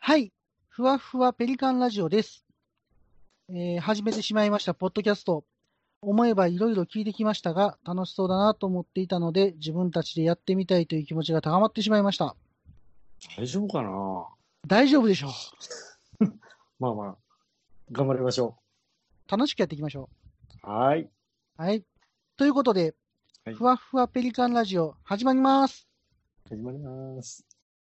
はい。ふわふわペリカンラジオです。始めてしまいました、ポッドキャスト。思えばいろいろ聞いてきましたが、楽しそうだなと思っていたので、自分たちでやってみたいという気持ちが高まってしまいました。 大丈夫かな。 大丈夫でしょまあまあ、頑張りましょう。楽しくやっていきましょう。はい。 う。はい。ということで、 はいふわふわペリカンラジオ、始まります。 始まります。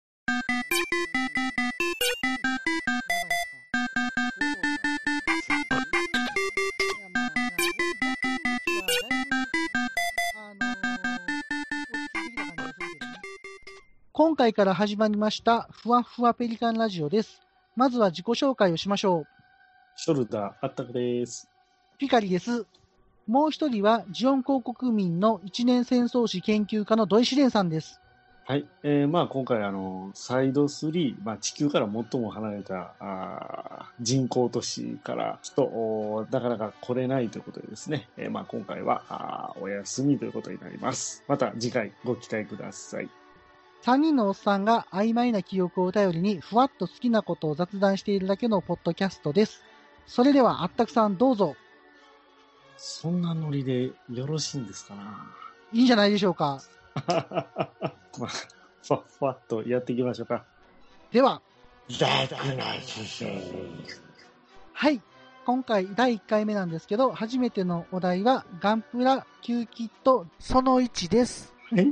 今回から始まりました、ふわふわペリカンラジオです。まずは自己紹介をしましょう。 ショルダーあったくです。 ピカリです。もう一人は、ジオン広告民の一年戦争史研究家の土井紫蓮さんです。 はい。まあ今回サイド3、まあ地球から最も離れた人口都市からちょっとなかなか来れないということでですね、まあ今回はお休みということになります。また次回ご期待ください。 3人のおっさんが曖昧な記憶を頼りにふわっと好きなことを雑談しているだけのポッドキャストです。それではあったくさんどうぞ。 そんなノリでよろしいんですかな。 いいんじゃないでしょうか。 まあ、ふわふわっとやっていきましょうか。 では、 ダークナイトショー。 はい。今回第1回目なんですけど、初めてのお題はガンプラキューキットその1です。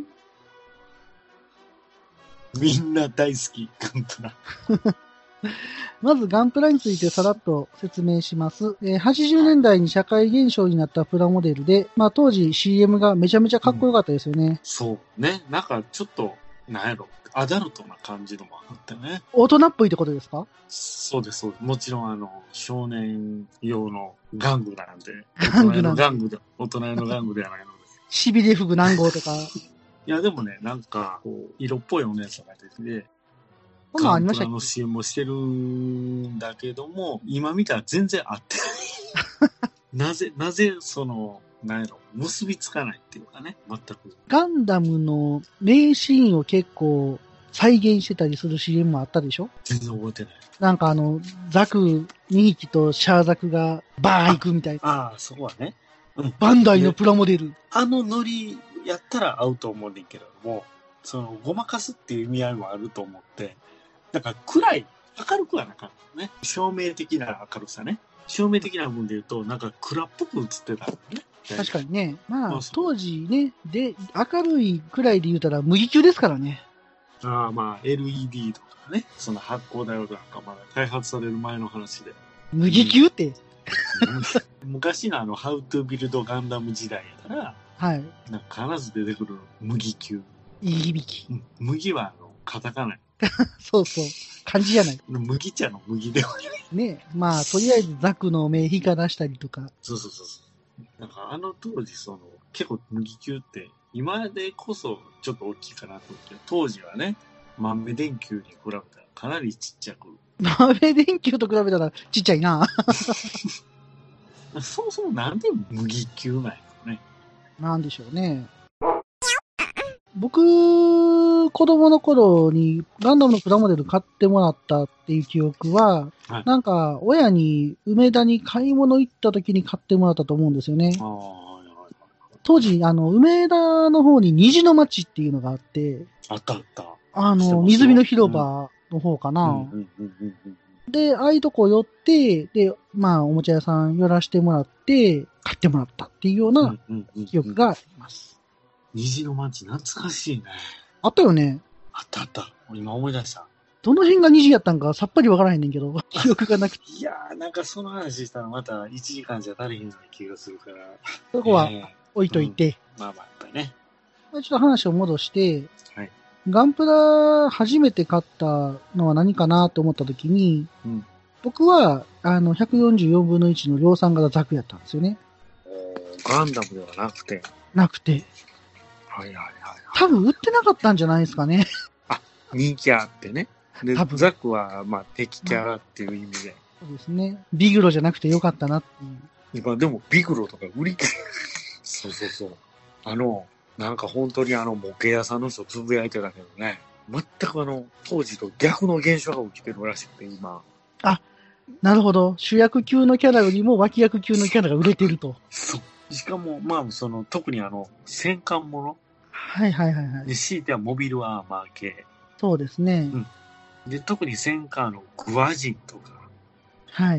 みんな大好き、ガンプラ。 まずガンプラについてさらっと説明します。80年代に社会現象になったプラモデルで、まあ当時 CM がめちゃめちゃかっこよかったですよね。 そうね。なんかちょっと、なんやろ、アダルトな感じのもあってね。 大人っぽいってことですか？ そうです、そうです。もちろん少年用の玩具なんで。 玩具なんで。 大人用の玩具ではないので。 しびれふぐ何号とか。 いや、でもね、なんか、こう、色っぽいお姉さんが出てて、 こんなんありましたっけ？ ガンプラの CM をしてるんだけども、今見たら全然合ってない。なぜ、なんやろ、結びつかないっていうかね、全く。 ガンダムの名シーンを結構再現してたりする CM もあったでしょ？ 全然覚えてない。 なんかザク2匹とシャーザクがバーン行くみたいな。 ああ、そこはね。うん。 バンダイのプラモデル。 あのノリやったら合うと思うねんけれども、ごまかすっていう意味合いもあると思って、だから明るくはなかったね。照明的な明るさね。照明的な部分で言うと、なんか暗っぽく映ってたのね。 確かにね。まあそうそう当時ね、で、明るいくらいで言うたら麦球ですからね。 ああ、まあ LED とかね、その発光ダイオードなんかまだ開発される前の話で。 麦球って。 昔のHow to Build Gundam 時代やから、 はい。 なんか必ず出てくる麦球。 いい響き。 麦はカタカナ。 そうそう。漢字じゃない。 麦茶の麦ではない。 ね。まあ、とりあえずザクの目光らしたりとか。 そう。なんか当時結構麦球って、今でこそちょっと大きいかなと思って、当時はね、豆電球に比べたらかなりちっちゃく。 豆電球と比べたらちっちゃいな。 そもそもなんで麦球なんやろね。 なんでしょうね。僕、子供の頃にガンダムのプラモデル買ってもらったっていう記憶は、 はい、 なんか、親に梅田に買い物行った時に買ってもらったと思うんですよね。当時、梅田の方に虹の町っていうのがあって、 あった。 水見の広場の方かな。で、ああいうとこ寄って、で、まあ、おもちゃ屋さん寄らせてもらって、買ってもらったっていうような記憶があります。 虹の町懐かしいね。 あったよね。 あった。今思い出した。 どの辺が虹やったんかさっぱりわからへんねんけど、記憶がなくて。 いやー、なんかその話したらまた1時間じゃ足りへんような気がするから。 そこは置いといて。 まあ、やっぱりね。 ちょっと話を戻して、 はい、 ガンプラ初めて買ったのは何かなと思った時に、僕は、144分の1の量産型ザクやったんですよね。 ガンダムではなくて。 はい。多分売ってなかったんじゃないですかね。 あ、人気あってね。で、ザクは、まあ、敵キャラっていう意味で。 そうですね。ビグロじゃなくてよかったなっていう。 今、でもビグロとか売り切れ。そう。なんか本当に模型屋さんの人つぶやいてたけどね。 全く当時と逆の現象が起きてるらしくて、今。 あ、なるほど。主役級のキャラよりも脇役級のキャラが売れてると。 そう。しかも、まあ、特に戦艦ものはいはいはいはい。 で、強いてはモビルアーマー系。 そうですね。 うん。で、特に戦艦グアジンとか、 はい。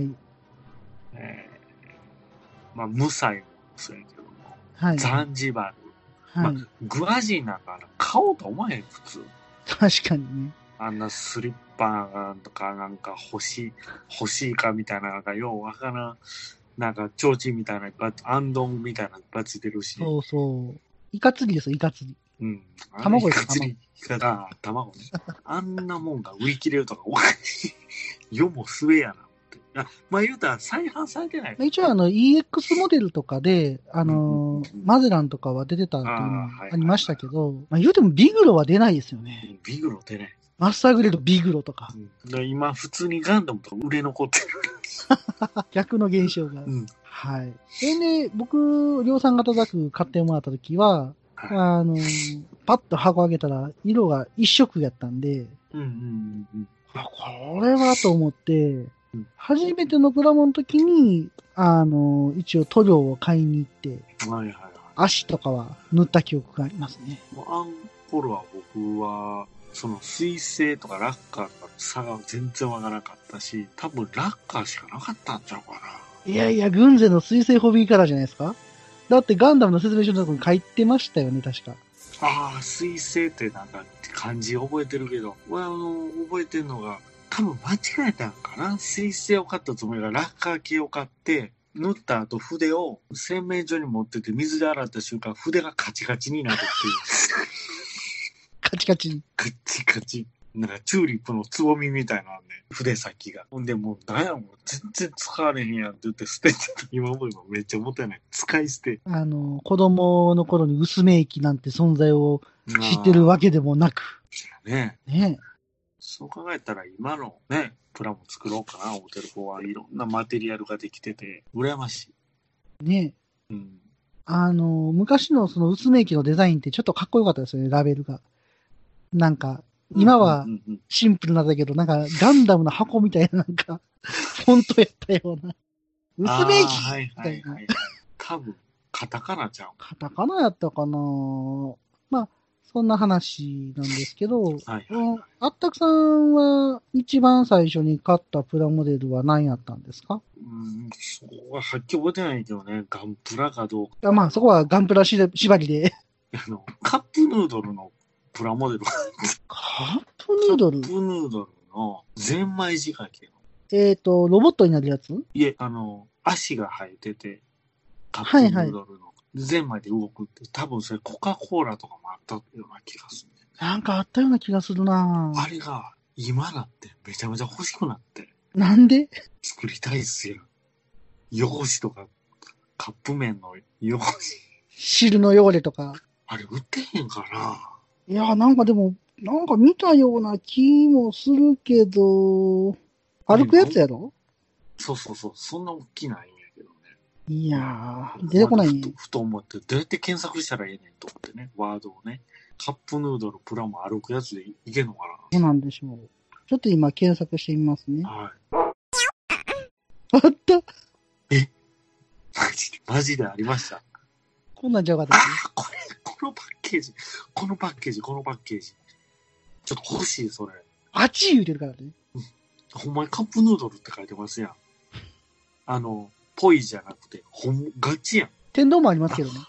まあ、ムサイもそうやけども、 はい。 ザンジバル。 はい。 まあ、グアジンなんか買おうと思わへん、普通。 確かにね。 あんなスリッパとかなんか欲しいかみたいな、なんかようわからん、なんか提灯みたいな、アンドンみたいなのいっぱいついてるし。 そうそう。イカ釣りですよ、イカ釣り。 うん。 卵です、 卵ね。あんなもんが売り切れるとか、おかしい。世も末やなって。まあ言うたら再販されてない。 一応EX モデルとかで、マゼランとかは出てたっていうのもありましたけど、まあ言うてもビグロは出ないですよね。 ビグロ出ない。 マスターグレードビグロとか。 今普通にガンダムとか売れ残ってる。 逆の現象が。 うん、 はい。で、僕、量産型ザク買ってもらった時は、パッと箱開けたら色が一色やったんで、これはと思って、初めてのプラモの時に、一応塗料を買いに行って、足とかは塗った記憶がありますね。 あん頃は僕は、水星とかラッカーとかの差が全然わからなかったし、多分ラッカーしかなかったんちゃうかな。 いやいや、軍勢の水星ホビーカラーじゃないですか？だってガンダムの説明書のところに書いてましたよね、確か。 ああ、水星ってなんか漢字覚えてるけど、俺覚えてるのが、多分間違えたんかな。水星を買ったつもりがラッカー系を買って、塗った後筆を洗面所に持ってて水で洗った瞬間、筆がカチカチになるっていう。 カチカチ。 カチカチ。なんかチューリップのつぼみみたいなんで、筆先が。ほんでもう、なんやもう全然使われへんやんって言って捨ててた。今思えばめっちゃもったいない。使い捨て。 子供の頃に薄め液なんて存在を知ってるわけでもなく。 ねえ。ねえ。 そう考えたら今のね、プラモ作ろうかな、思ってる子はいろんなマテリアルができてて、羨ましい。 ねえ。うん。昔のその薄め液のデザインってちょっとかっこよかったですよね、ラベルが。なんか、今はシンプルなんだけど、なんかガンダムの箱みたいななんか、フォントやったような。薄め液みたいな。 多分、カタカナちゃう。 カタカナやったかな。まあ、そんな話なんですけど、あったくさんは一番最初に買ったプラモデルは何やったんですか？ そこははっきり覚えてないけどね、ガンプラかどうか。 まあ、そこはガンプラ縛りで。 カップヌードルのプラモデル。 カップヌードル？ カップヌードルのゼンマイ仕掛けの。ロボットになるやつ？ いえ、足が生えてて、カップヌードルの。ゼンマイで動くって、多分それコカ・コーラとかもあったような気がするね。 なんかあったような気がするなあれが、今なってめちゃめちゃ欲しくなって。 なんで？ 作りたいっすよ。汚しとか、カップ麺の汚し。 汁の汚れとか。 あれ売ってへんかな？ いや、なんかでも、なんか見たような気もするけど、歩くやつやろ？ そう。そんな大きないんやけどね。 いやー、出てこないね。 ふと思って、どうやって検索したらええねんと思ってね、ワードをね。カップヌードルプラモ歩くやつでいけんのかな？ そうなんでしょう。ちょっと今検索してみますね。 はい。 あった。 え？マジでありました。 こんなんじゃなかったっけ？このパッケージ。ちょっと欲しい、それ。 あっち言うてるからね。 ほんまにカップヌードルって書いてますやん。ぽいじゃなくて、ガチやん。 天丼もありますけどね。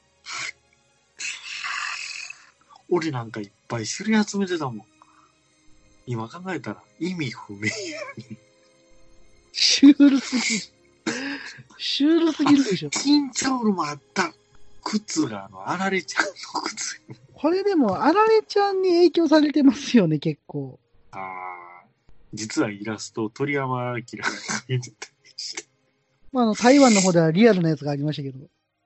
俺なんかいっぱい種類集めてたもん。今考えたら意味不明やね。 シュールすぎる。シュールすぎるでしょ。 キンチョールもあった。靴があられちゃんの靴。 これでも、あられちゃんに影響されてますよね、結構。 実はイラスト、鳥山明が描いてたりして。 まあ、台湾の方ではリアルなやつがありましたけど。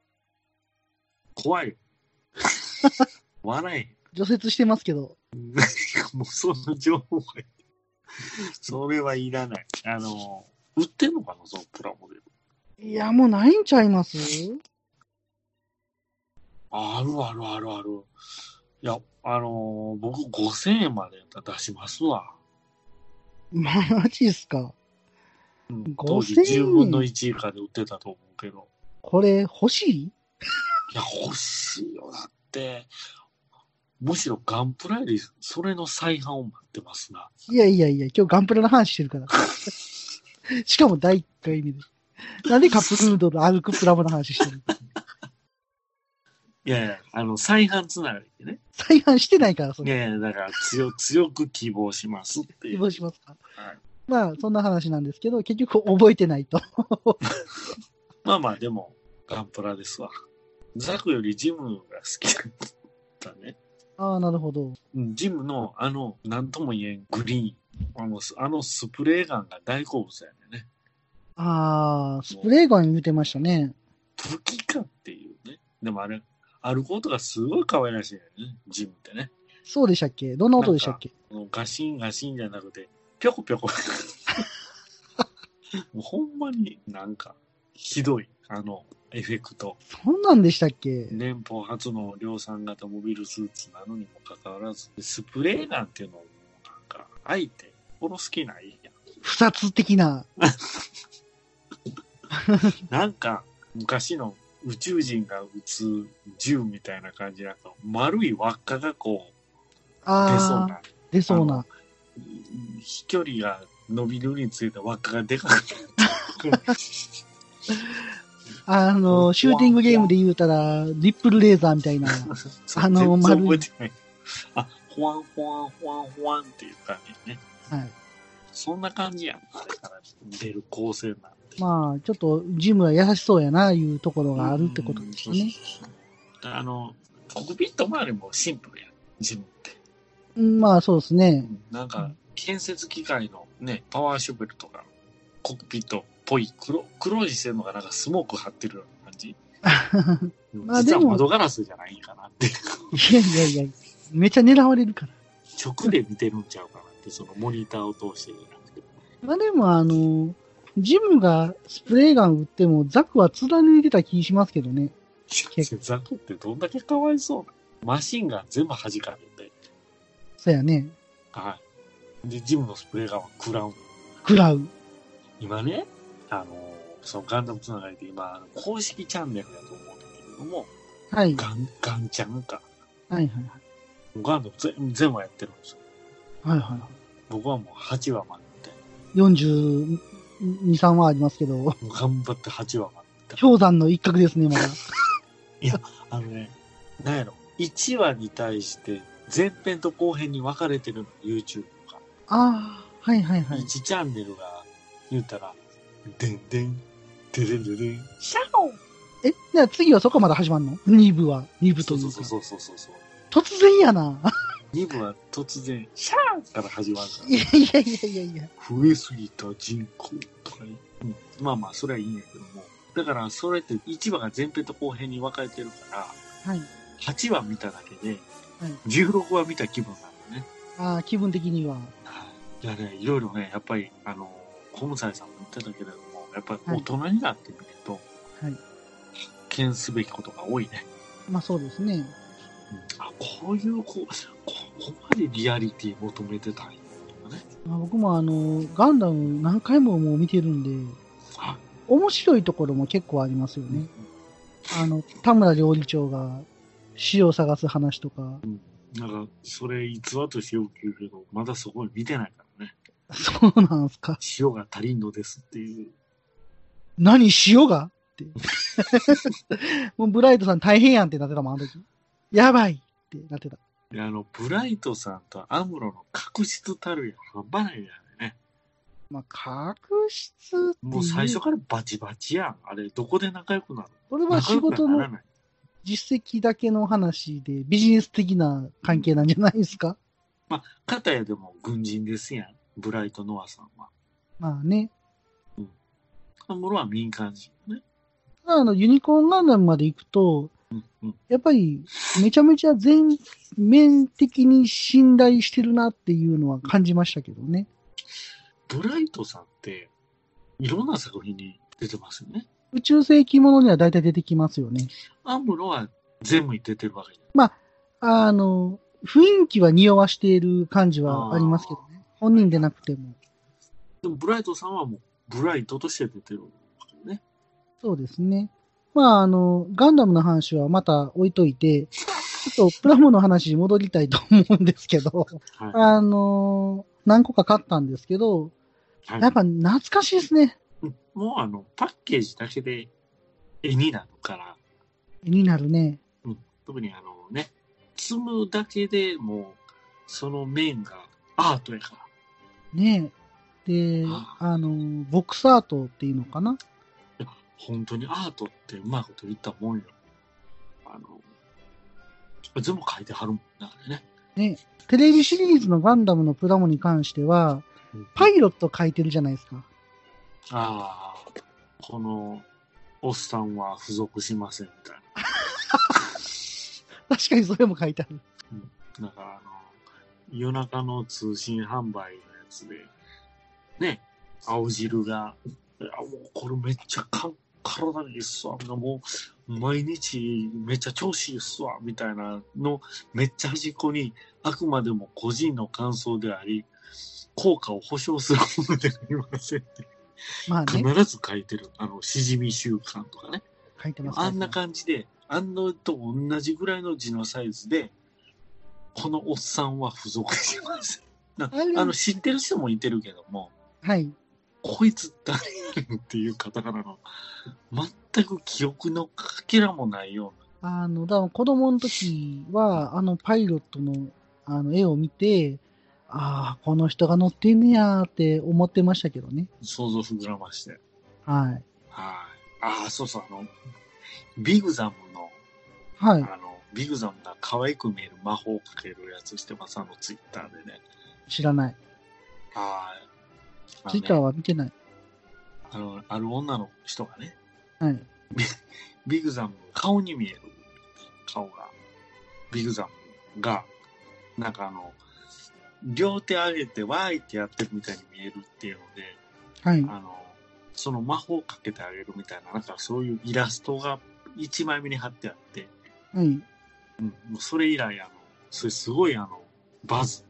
怖いよ。笑え。 除雪してますけど。 もうそんな情報が。それはいらない。売ってんのかな、そのプラモデル。 いや、もうないんちゃいます？ ある。 いや、僕5000円までやったら出しますわ。 マジっすか。 うん、当時10分の1以下で売ってたと思うけど。 これ欲しい？ いや、欲しいよ。だって、むしろガンプラよりそれの再販を待ってますな。 いやいやいや、今日ガンプラの話してるから。しかも第1回目で。なんでカップヌードル歩くプラモの話してる？ いやいや、再販つながりでね。 再販してないから、それ。 いやいや、だから強く希望しますっていう。 希望しますか？ はい、 まあ、そんな話なんですけど、結局覚えてないと。 まあまあ、でも、ガンプラですわ。ザクよりジムが好きだったね。 ああ、なるほど。 ジムのなんとも言えんグリーン。あのスプレーガンが大好物やね。 ああ、スプレーガン言ってましたね。 武器かっていうね。でもあれ、あることがすごい可愛らしいよね。ジムってね。 そうでしたっけ？どんな音でしたっけ？ ガシンガシンじゃなくて、ぴょこぴょこ。もうほんまになんか、ひどい、エフェクト。 そんなんでしたっけ？ 年俸初の量産型モビルスーツなのにもかかわらず、スプレーガンっていうのをなんか、相手、殺す気ないやん。 不殺的な。 なんか、昔の宇宙人が撃つ銃みたいな感じだと、丸い輪っかがこう、出そうな。飛距離が伸びるについて輪っかがでかくなる。 シューティングゲームで言うたら、リップルレーザーみたいな。 丸い。あ、ほわんほわんほわんほわんっていう感じね。はい。そんな感じやん。あれから出る構成なんで。 まあ、ちょっと、ジムは優しそうやな、いうところがあるってことですね。 コックピット周りもシンプルやん、ジムって。 まあ、そうですね。 なんか、建設機械のね、パワーショベルとか、コックピットっぽい黒いしてるのがなんかスモーク張ってるような感じ。まあ実は窓ガラスじゃないかなって。 いやいやいや、めっちゃ狙われるから。 直で見てるんちゃうかなって、そのモニターを通してじゃなくて。 まあでもジムがスプレーガン撃ってもザクは貫いてた気しますけどね。 ザクってどんだけかわいそうな。マシンガン全部弾かれて。 そうやね。 はい。で、ジムのスプレーガンは食らう。 食らう。 今ね、そのガンダムつながりで今、公式チャンネルだと思うんだけれども、 はい。 ガンちゃんか。 はいはいはい。 ガンダム全話やってるんですよ。 はいはいはい。 僕はもう8話まで 42、3話ありますけど。 頑張って8話まで。 氷山の一角ですね、まだ。 いや、なんやろ。1話に対して前編と後編に分かれてるの、YouTube とか。 ああ、はいはいはい。 1チャンネルが言ったら、でんでん、でれれれん、シャオじゃあ次はそこまで始まるの ?2 部は。2部というか。 そう。 突然やな。 2部は突然、シャーから始まるから。 いや。 増えすぎた人口とかね。まあまあ、それはいいんやけども。だから、それって1話が前編と後編に分かれてるから、はい、8話見ただけで、はい、16話見た気分なのね。 ああ、気分的には。 いやね、いろいろね、やっぱり、コムサイさんも言ってたけれども、やっぱり大人になってみると、はい、発見すべきことが多いね。 まあそうですね。 ここまでリアリティ求めてたんやね。 僕もガンダム何回ももう見てるんで、面白いところも結構ありますよね。田村料理長が塩を探す話とか。 なんか、それ逸話としてよく言うけど、まだそこに見てないからね。 そうなんすか。 塩が足りんのですっていう。 何塩がって。もうブライトさん大変やんってなってたもん、あの時。やばいってなってた。 ブライトさんとアムロの確執たるや半端ないやね。 まあ、確執ってもう最初からバチバチやん。あれ、どこで仲良くなるの？ これは仕事の実績だけの話でビジネス的な関係なんじゃないですか？ まあ、片やでも軍人ですやん。ブライト・ノアさんは。 まあね。 アムロは民間人ね。 ユニコーンガンダムまで行くと、やっぱりめちゃめちゃ全面的に信頼してるなっていうのは感じましたけどね。 ブライトさんっていろんな作品に出てますよね。 宇宙世紀ものには大体出てきますよね。 アムロは全部に出てるわけじゃない。 ま雰囲気は匂わしている感じはありますけどね。本人でなくても。 でも、ブライトさんはもう、ブライトとして出てるわけね。 そうですね。まあ、ガンダムの話はまた置いといて、ちょっとプラモの話に戻りたいと思うんですけど、 はい、 何個か買ったんですけど、 はい、 やっぱ懐かしいですね。 もうパッケージだけで絵になるから。 絵になるね。 うん、特にね、積むだけでもう、その面がアートやから。 ねで、ボックスアートっていうのかな。 いや、本当にアートってうまいこと言ったもんよ。全部書いてはるもんね、あれね。 ね、テレビシリーズのガンダムのプラモに関しては、パイロット書いてるじゃないですか。 ああ、このおっさんは付属しませんみたいな。 確かにそれも書いてある。 なんか夜中の通信販売のやつで、ね、青汁が、いやもうこれめっちゃ体にいいっすわ。もう毎日めっちゃ調子いいっすわ。みたいなの、めっちゃ端っこに、あくまでも個人の感想であり、効果を保証するものではありませんって。まあね、必ず書いてる。しじみ習慣とかね。 書いてます。 あんな感じで、と同じぐらいの字のサイズで、このおっさんは付属します。知ってる人もいてるけども、 はい。 こいつ誰やっていうカタカナの、全く記憶のかけらもないような。だから子供の時は、パイロットの、絵を見て、ああ、この人が乗ってんねやーって思ってましたけどね。 想像膨らまして。 はい。 はい。ああ、そうそう、ビグザムの、 はい。 ビグザムが可愛く見える魔法をかけるやつしてます、ツイッターでね。 知らない。 はい。 ツイッターは見てない。 ある女の人がね、 はい。 ビグザム、顔に見える顔が、ビグザムが、なんか両手上げてワーイってやってるみたいに見えるっていうので、 はい。 その魔法をかけてあげるみたいな、なんかそういうイラストが1枚目に貼ってあって、 はい。 もうそれ以来、それすごいバズって。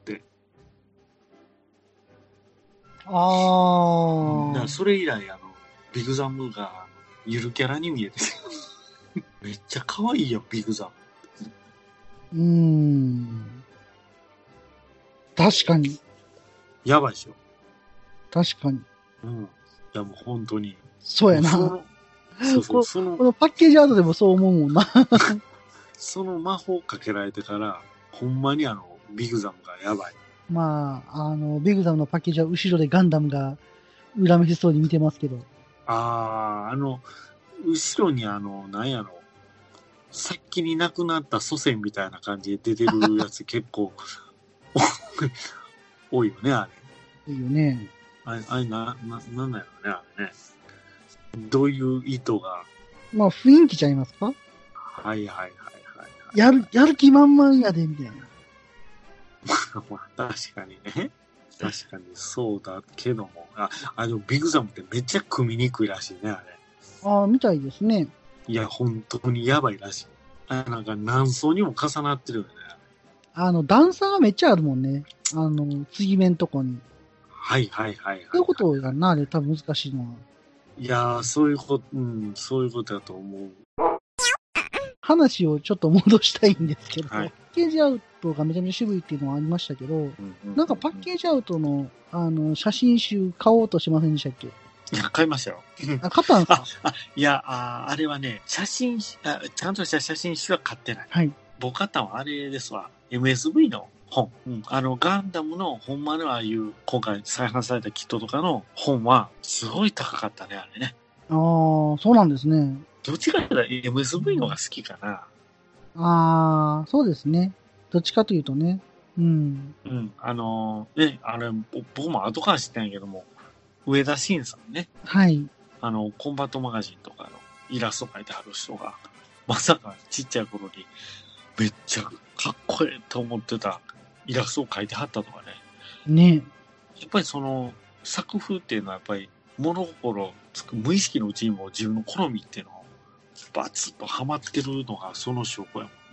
だからそれ以来、ビグザムが、ゆるキャラに見えてめっちゃ可愛いよ、ビグザム。確かに。 やばいでしょ。 確かに。 いや、もう本当に。 そうやな。このパッケージアートでもそう思うもんな。 その魔法かけられてから、ほんまにビグザムがやばい。 まあ、ビグザムのパッケージは後ろでガンダムが恨めしそうに見てますけど。 後ろになんやろ、さっきに亡くなった祖先みたいな感じで出てるやつ結構多いよね、あれ。いいよね。 あれなんだよね、あれね。どういう意図が。 まあ、雰囲気ちゃいますか？ はいはいはいはい、 やる気満々やで、みたいな。 まあ、確かにね。確かにそうだけども。でもビグザムってめっちゃ組みにくいらしいね、あれ。 ああ、みたいですね。 いや、本当にやばいらしい。なんか何層にも重なってるよね。 段差がめっちゃあるもんね。継ぎ目んとこに。 はいはいはい、はい。 そういうことやんな、あれ、多分難しいのは。 いやー、そういうことだと思う。 話をちょっと戻したいんですけど、パッケージアウトがめちゃめちゃ渋いっていうのはありましたけど、なんかパッケージアウトの、写真集買おうとしませんでしたっけ？ いや、買いましたよ。 買ったんですか？ いや、あれはね、ちゃんとした写真集は買ってない。 はい。 僕買ったのはあれですわ。MSV の本。ガンダムのほんまのああいう、今回再販されたキットとかの本は、すごい高かったね、あれね。 ああ、そうなんですね。 どっちかというと MSV のが好きかな。 ああ、そうですね。どっちかというとね。 あれ、僕も後から知ったんやけども、上田晋さんね。 はい。 コンバットマガジンとかのイラスト描いてはる人が、まさかちっちゃい頃に、めっちゃかっこいいと思ってたイラストを描いてはったとかね。 ね。 やっぱりその作風っていうのはやっぱり物心つく無意識のうちにも自分の好みっていうのをバツッとハマってるのがその証拠やもんね。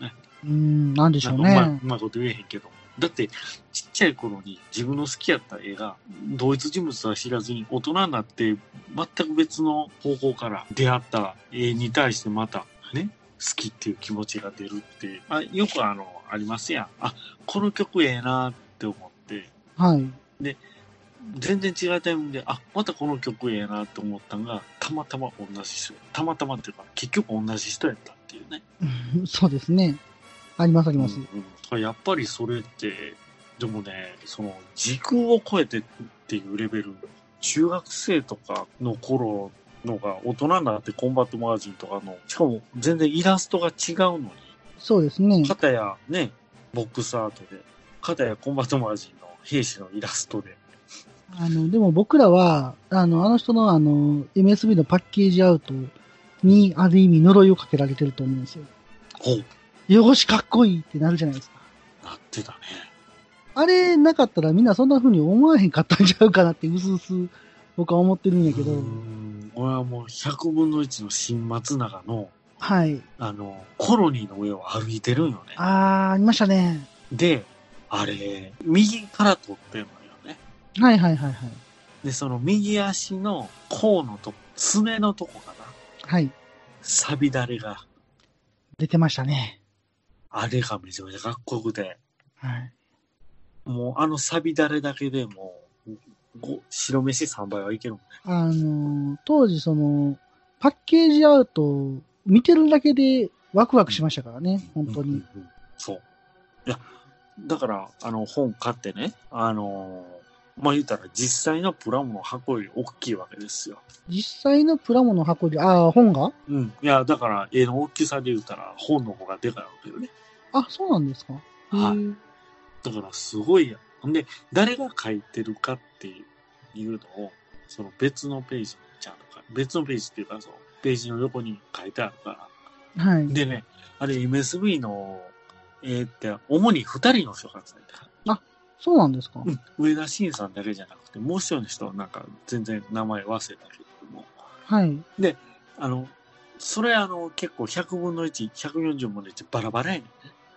なんでしょうね。 うまいこと言えへんけど。だって、ちっちゃい頃に自分の好きやった絵が、同一人物は知らずに大人になって全く別の方向から出会った絵に対してまたね、好きっていう気持ちが出るって、よくありますやん。この曲ええなって思って、 はい。 で、全然違うタイミングで、またこの曲ええなって思ったのが、たまたま同じ人。たまたまっていうか、結局同じ人やったっていうね。 そうですね。ありますあります。 やっぱりそれって、でもね、その時空を超えてっていうレベル、中学生とかの頃のが大人になってコンバットマガジンとかの、しかも全然イラストが違うのに、 そうですね。 片やね、ボックスアートで、片やコンバットマガジンの兵士のイラストで。 でも僕らは、あの人のMSV のパッケージアウトに、ある意味呪いをかけられてると思うんですよ。 ほう。 よし、かっこいいってなるじゃないですか。 なってたね。 あれなかったらみんなそんな風に思わへんかったんちゃうかなってうすうす僕は思ってるんやけど。 俺はもう100分の1の新松永の、 はい。 コロニーの上を歩いてるんよね。 ありましたね。 で、あれ、右から撮ってんのよね。 はいはいはいはい。 で、その右足の甲のとこ、すねのとこかな。 はい。 錆だれが。 出てましたね。 あれがめちゃめちゃかっこよくて。 はい。 もう錆だれだけでもう、白飯3倍はいけるもんね。当時パッケージアウト見てるだけでワクワクしましたからね、本当に。 そう。いや、だから、本買ってね、言ったら実際のプラモの箱より大きいわけですよ。 実際のプラモの箱で、本が？ いや、だから、絵の大きさで言うたら、本の方がでかいわけよね。 そうなんですか？ はい。だから、すごいや。んで、誰が書いてるかっていうのを、その別のページにちゃんと別のページっていうか、そのページの横に書いてあるから。 はい。 でね、あれ MSV の絵って主に2人の人が書いてある。 そうなんですか？ 上田晋さんだけじゃなくて、もう一人の人はなんか全然名前忘れたけれども。 はい。 で、それ結構100分の1、140分の1バラバラやね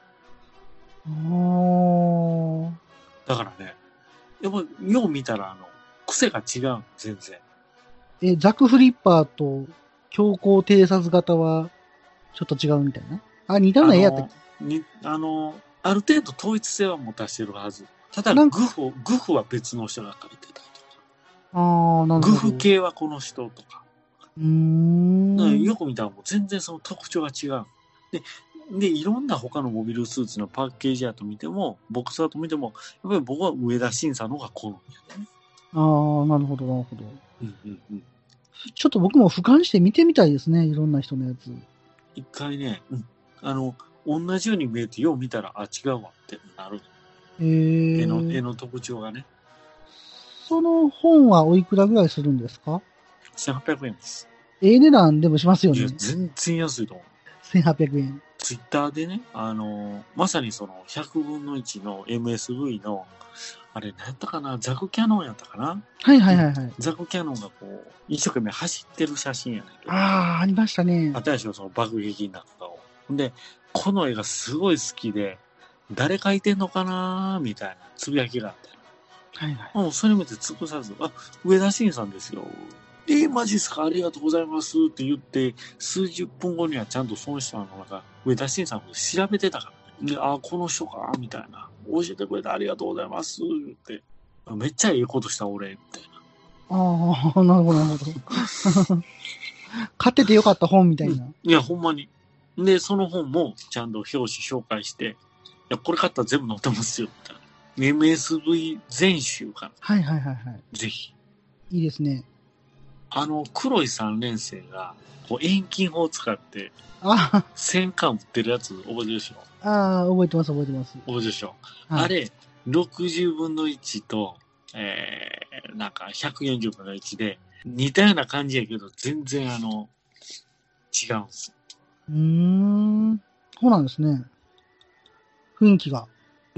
んね。だからね、やっぱよう見たら癖が違う、全然。 ザクフリッパーと強行偵察型はちょっと違うみたいな。似たような絵やったっけ？ ある程度統一性は持たしてるはず。ただ、グフは別の人が書いてたりとか。 なるほど。 グフ系はこの人とか。よく見たらもう全然その特徴が違う。で、いろんな他のモビルスーツのパッケージアート見ても、ボックスアート見ても、やっぱり僕は上田晋さんの方が好みやね。 なるほど、なるほど。ちょっと僕も俯瞰して見てみたいですね、いろんな人のやつ。 一回ね、同じように見えて、よう見たら、違うわってなる。絵の特徴がね。 その本はおいくらぐらいするんですか ？1800円です。 値段でもしますよね。 いや、全然安いと思う。 1800円。 ツイッターでね、まさにその100分の1の MSV の、あれ、何やったかな、ザクキャノンやったかな。 はいはいはいはい。 ザクキャノンがこう、一生懸命走ってる写真やねんけど。 ありましたね。 新しいその爆撃の中を。で、この絵がすごい好きで、誰描いてんのかなみたいなつぶやきがあって。 はいはい。 もうそれ見て尽くさず、上田晋さんですよ。マジっすか、ありがとうございますって言って、数十分後にはちゃんとその人の中、上田晋さんを調べてたからね。で、この人か、みたいな。教えてくれてありがとうございます、言って。めっちゃいいことした俺、みたいな。 なるほど、なるほど。買っててよかった本みたいな。 いや、ほんまに。で、その本もちゃんと表紙紹介して、いや、これ買ったら全部載ってますよ、みたいな。MSV 全集から。 はいはいはいはい。 ぜひ。 いいですね。 黒い3連星が、遠近法を使って、戦艦撃ってるやつ覚えてるでしょ？ 覚えてます、覚えてます。 覚えてるでしょ？あれ、60分の1と、なんか140分の1で、似たような感じやけど、全然違うんですよ。 そうなんですね。雰囲気が。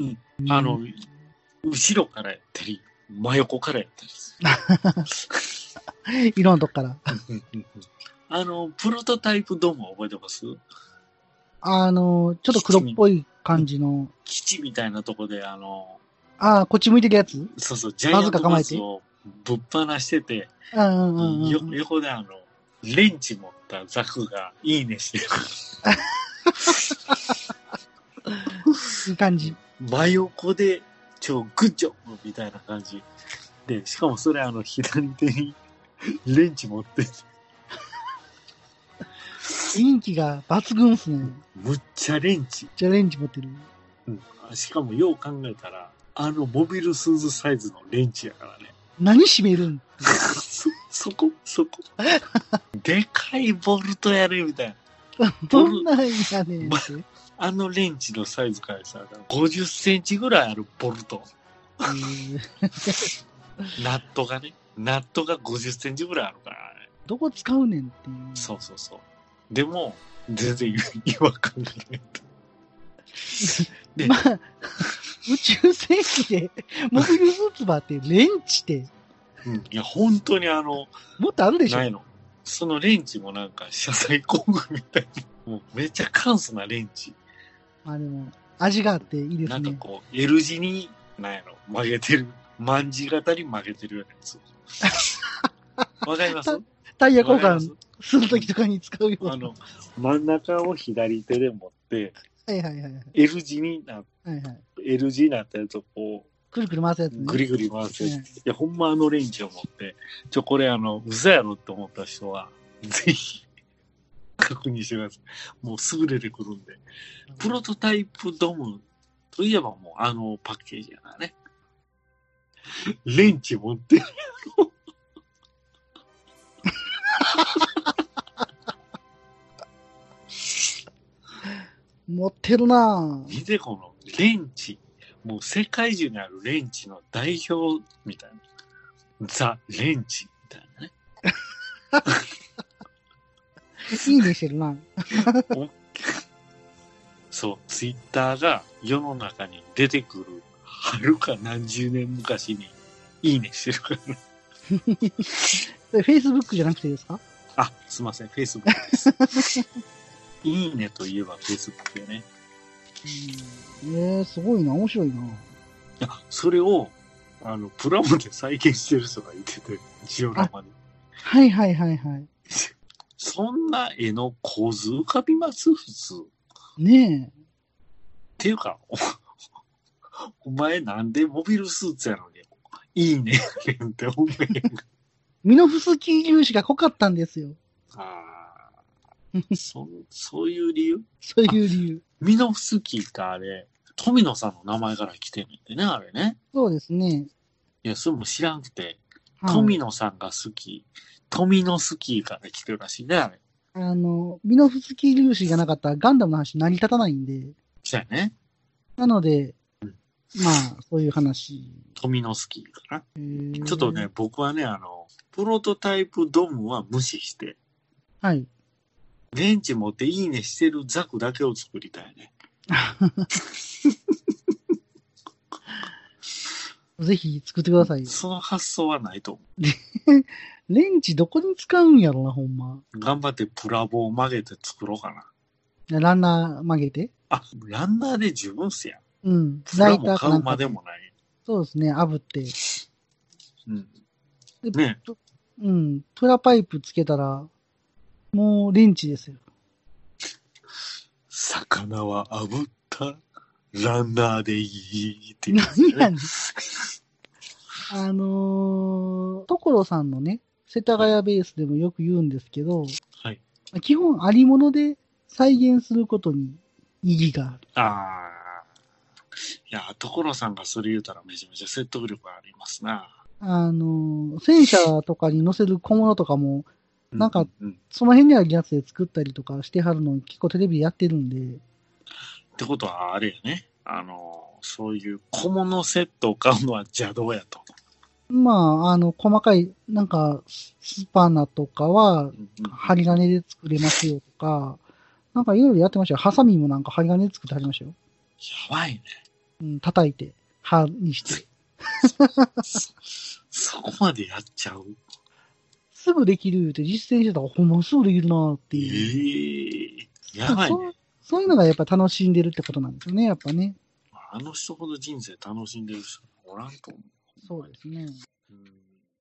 後ろからやったり、真横からやったりする。 いろんなとこから。 プロトタイプドームは覚えてます？ ちょっと黒っぽい感じの。 基地みたいなとこで、 こっち向いてるやつ？ そうそう、ジャイアントバスをぶっ放してて、横でレンチ持ったザクがいいねしてる。 いい感じ。 真横で、グッジョブみたいな感じ。で、しかもそれ左手にレンチ持ってて。 雰囲気が抜群っすね。 むっちゃレンチ。 じゃあレンチ持ってる。 うん。しかもよう考えたら、モビルスーツサイズのレンチやからね。 何締めるん？ そこ。でかいボルトやるみたいな。 どんなんやねんって。 レンチのサイズからさ、50センチぐらいあるボルト。ナットが50センチぐらいあるからね。 どこ使うねんっていう。 そう。でも、全然違和感がない。で、 宇宙世紀で、モビルスーツバーってレンチって。 いや、本当にもっとあるでしょ。 ないの。そのレンチもなんか、車載工具みたいな。もうめっちゃ簡素なレンチ。 でも、味があっていいですね。 なんかこう、L 字に、曲げてる。万字型に曲げてるようなやつ。わかります？ タイヤ交換するときとかに使うような。 真ん中を左手で持って、 はい。 L 字になったやつをこう、 くるくる回すやつね。 ぐりぐり回すやつ。いや、ほんまレンチを持って、これ嘘やろって思った人は、ぜひ、確認してください。もうすぐ出てくるんで。プロトタイプドムといえばもうパッケージやからね。レンチ持ってるやろ。 持ってるなぁ。 見てこのレンチ。もう世界中にあるレンチの代表みたいな。ザ・レンチみたいなね。 いいねしてるな。 そう、ツイッターが世の中に出てくる、はるか何十年昔に、いいねしてるから。 Facebook じゃなくてですか？ すいません、Facebook です。いいねといえば Facebook よね。 すごいな、面白いな。 いや、それを、プラモで再現してる人がいてて、ジオラマで。 はい。 そんな絵の構図浮かびます普通。 ねえ。 っていうか、お前なんでモビルスーツやのに、いいねやねんって思えん。 ミノフスキー粒子が濃かったんですよ。 そういう理由？ そういう理由。 ミノフスキーってあれ、富野さんの名前から来てんねんてね、あれね。 そうですね。 いや、それも知らんくて、富野さんが好き、富野スキーから来てるらしいね、あれ。 ミノフスキー粒子がなかったらガンダムの話成り立たないんで。 そうやね。 なので、そういう話。 富野スキーかな。ちょっとね、僕はね、プロトタイプドムは無視して、 はい。 レンチ持っていいねしてるザクだけを作りたいね。 ぜひ作ってくださいよ。 その発想はないと思う。 レンチどこに使うんやろな、ほんま。 頑張ってプラボを曲げて作ろうかな。 ランナー曲げて。 ランナーで十分っすやん。 うん。 プラも買うまでもない。 そうですね、炙って。 うん。 ね。プラパイプつけたら、もうレンチですよ。 魚は炙ったランナーでいいっていう、 ね。何やねん。所さんのね、世田谷ベースでもよく言うんですけど、 はい。 基本ありもので再現することに意義がある。 いや、所さんがそれ言うたらめちゃめちゃ説得力ありますな。 戦車とかに乗せる小物とかも、なんか、その辺にあるやつで作ったりとかしてはるの結構テレビでやってるんで。 ってことはあれやね。そういう小物セットを買うのは邪道やと。 細かい、なんか、スパナとかは、針金で作れますよとか、なんかいろいろやってましたよ。ハサミもなんか針金で作ってはりましたよ。 やばいね。叩いて、刃にして。 そこまでやっちゃう？ すぐできるって実践してたら、ほんますぐできるなっていう。 やばいね。 そういうのがやっぱ楽しんでるってことなんですよね、やっぱね。 あの人ほど人生楽しんでる人おらんと思う。 そうですね。 うん、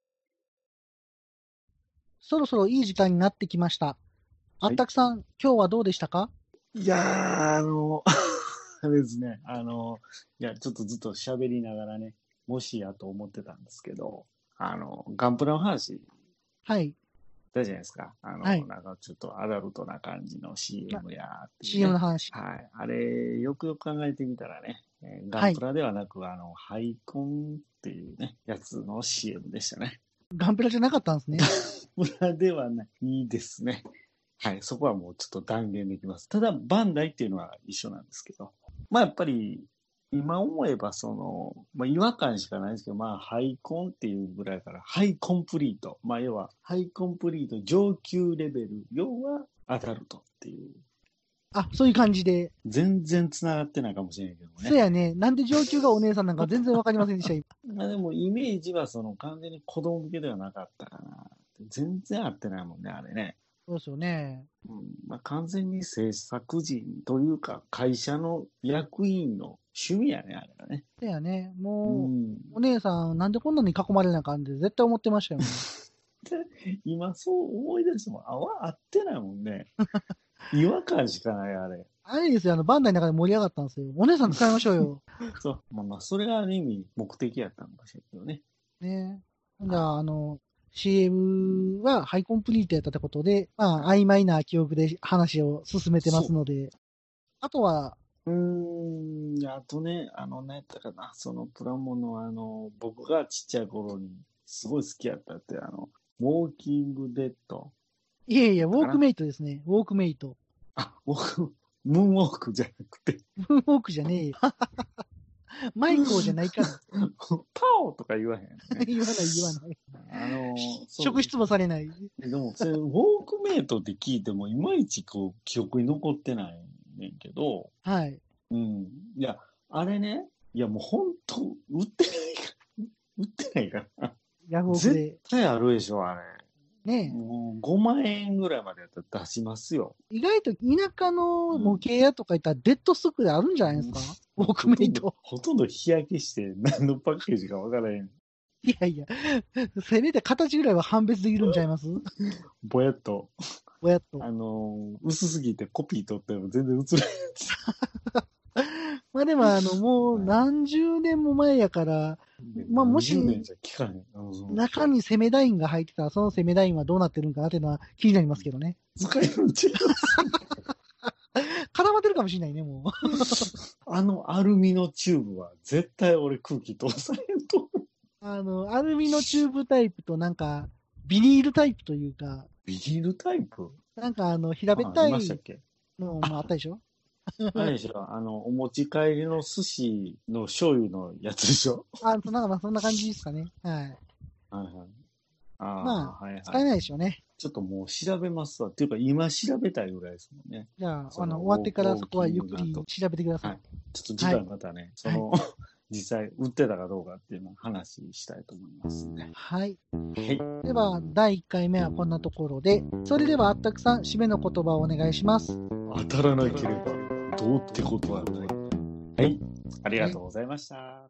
そろそろいい時間になってきました。あったくさん、今日はどうでしたか？ いやー、あれですね、いや、ちょっとずっと喋りながらね、もしやと思ってたんですけど、ガンプラの話、 はい。 だじゃないですか。 はい。 なんかちょっとアダルトな感じの CM やっていう CM のね。 話。 はい。あれ、よくよく考えてみたらね、ガはい。 ンプラではなく、ハイコンっていうね、やつの CM でしたね。 ガンプラじゃなかったんですね。 ガンプラではないですね。はい。そこはもうちょっと断言できます。ただ、バンダイっていうのは一緒なんですけど。まあやっぱり、今思えばまあ違和感しかないですけど、まあハイコンっていうぐらいから、ハイコンプリート。まあ要は、ハイコンプリート上級レベル。要は、アダルトっていう。 あ、そういう感じで。 全然繋がってないかもしれないけどね。 そうやね。なんで上級がお姉さんなんか全然わかりませんでした、今。 まあでもイメージは完全に子供向けではなかったかな。全然合ってないもんね、あれね。 そうですよね。 うんまあ、完全に制作人というか、会社の役員の趣味やね、あれはね。 そうやね。 うもん。 う、お姉さん、なんでこんなに囲まれなあかんって絶対思ってましたよね。 で、今そう思い出しても、合ってないもんね。違和感しかない、あれ。 あれですよ、バンダイの中で盛り上がったんですよ。お姉さん使いましょうよ。 そう。まあまあ、それがある意味目的やったのかしらけどね。 ね。じゃはあ、CM はハイコンプリートやったってことで、まあ、曖昧な記憶で話を進めてまそう。 すので、あとは、 あとね、何やったかな、プラモの僕がちっちゃい頃にすごい好きやったって、ウォーキングデッドいやいや、ウだったかな。 ォークメイトですね。ウォークメイト。 あ、ムーンウォークじゃなくて、 ウォークじゃねえよ。マイコーじゃないから。 パオとか言わへんね。 言わない言わない。職そう。 質もされない。 でも、それウォークメイトって聞いても、いまいち記憶に残ってないねんけど、 はい。 うん。いや、あれね、いやもうほんと、売ってないから。 ヤフオク絶で。 対あるでしょ、あれ。 ねもう5万円ぐらいまでやったら出しますよ。 え。意外と田舎の模型屋とか行ったらデッドストックであるんじゃないですか、ウォークメイト。 ほとんど日焼けして何のパッケージかわからへん。 いやいや、せめて形ぐらいは判別できるんちゃいます？ ぼやっと。 ぼやっと。 薄すぎてコピー取っても全然映らないやつ。 まあでももう何十年も前やから、まあも何十年しじゃ聞かへん。 中に攻めダインが入ってたら、その攻めダインはどうなってるんかなっていうのは気になりますけどね。 使えるんちゃい絡まってるかもしれないね、もう。 アルミのチューブは絶対俺空気通さへんと思う。 アルミのチューブタイプとなんか、ビニールタイプというか、 ビニールタイプなんか平べっあ、 たいいましたっけのもあったでしょ？ あれでしょお持ち帰りの寿司の醤油のやつでしょなんかまあそんな感じですかね。はい。 はいはい。あまあ、 あ、はいはい。 使えないでしょうね。 ちょっともう調べますわ。っていうか今調べたいぐらいですもんね。 じゃあ、 その終わってからそこはウォーキゆっくりングの後。 調べてください。 はい。ちょっと次回またね、実際売ってたかどうかっていうのを話したいと思いますね。 はい。 はい。 では、第1回目はこんなところで、それではあったくさん、締めの言葉をお願いします。 当たらなければどうってことはない。はい。ありがとうございました。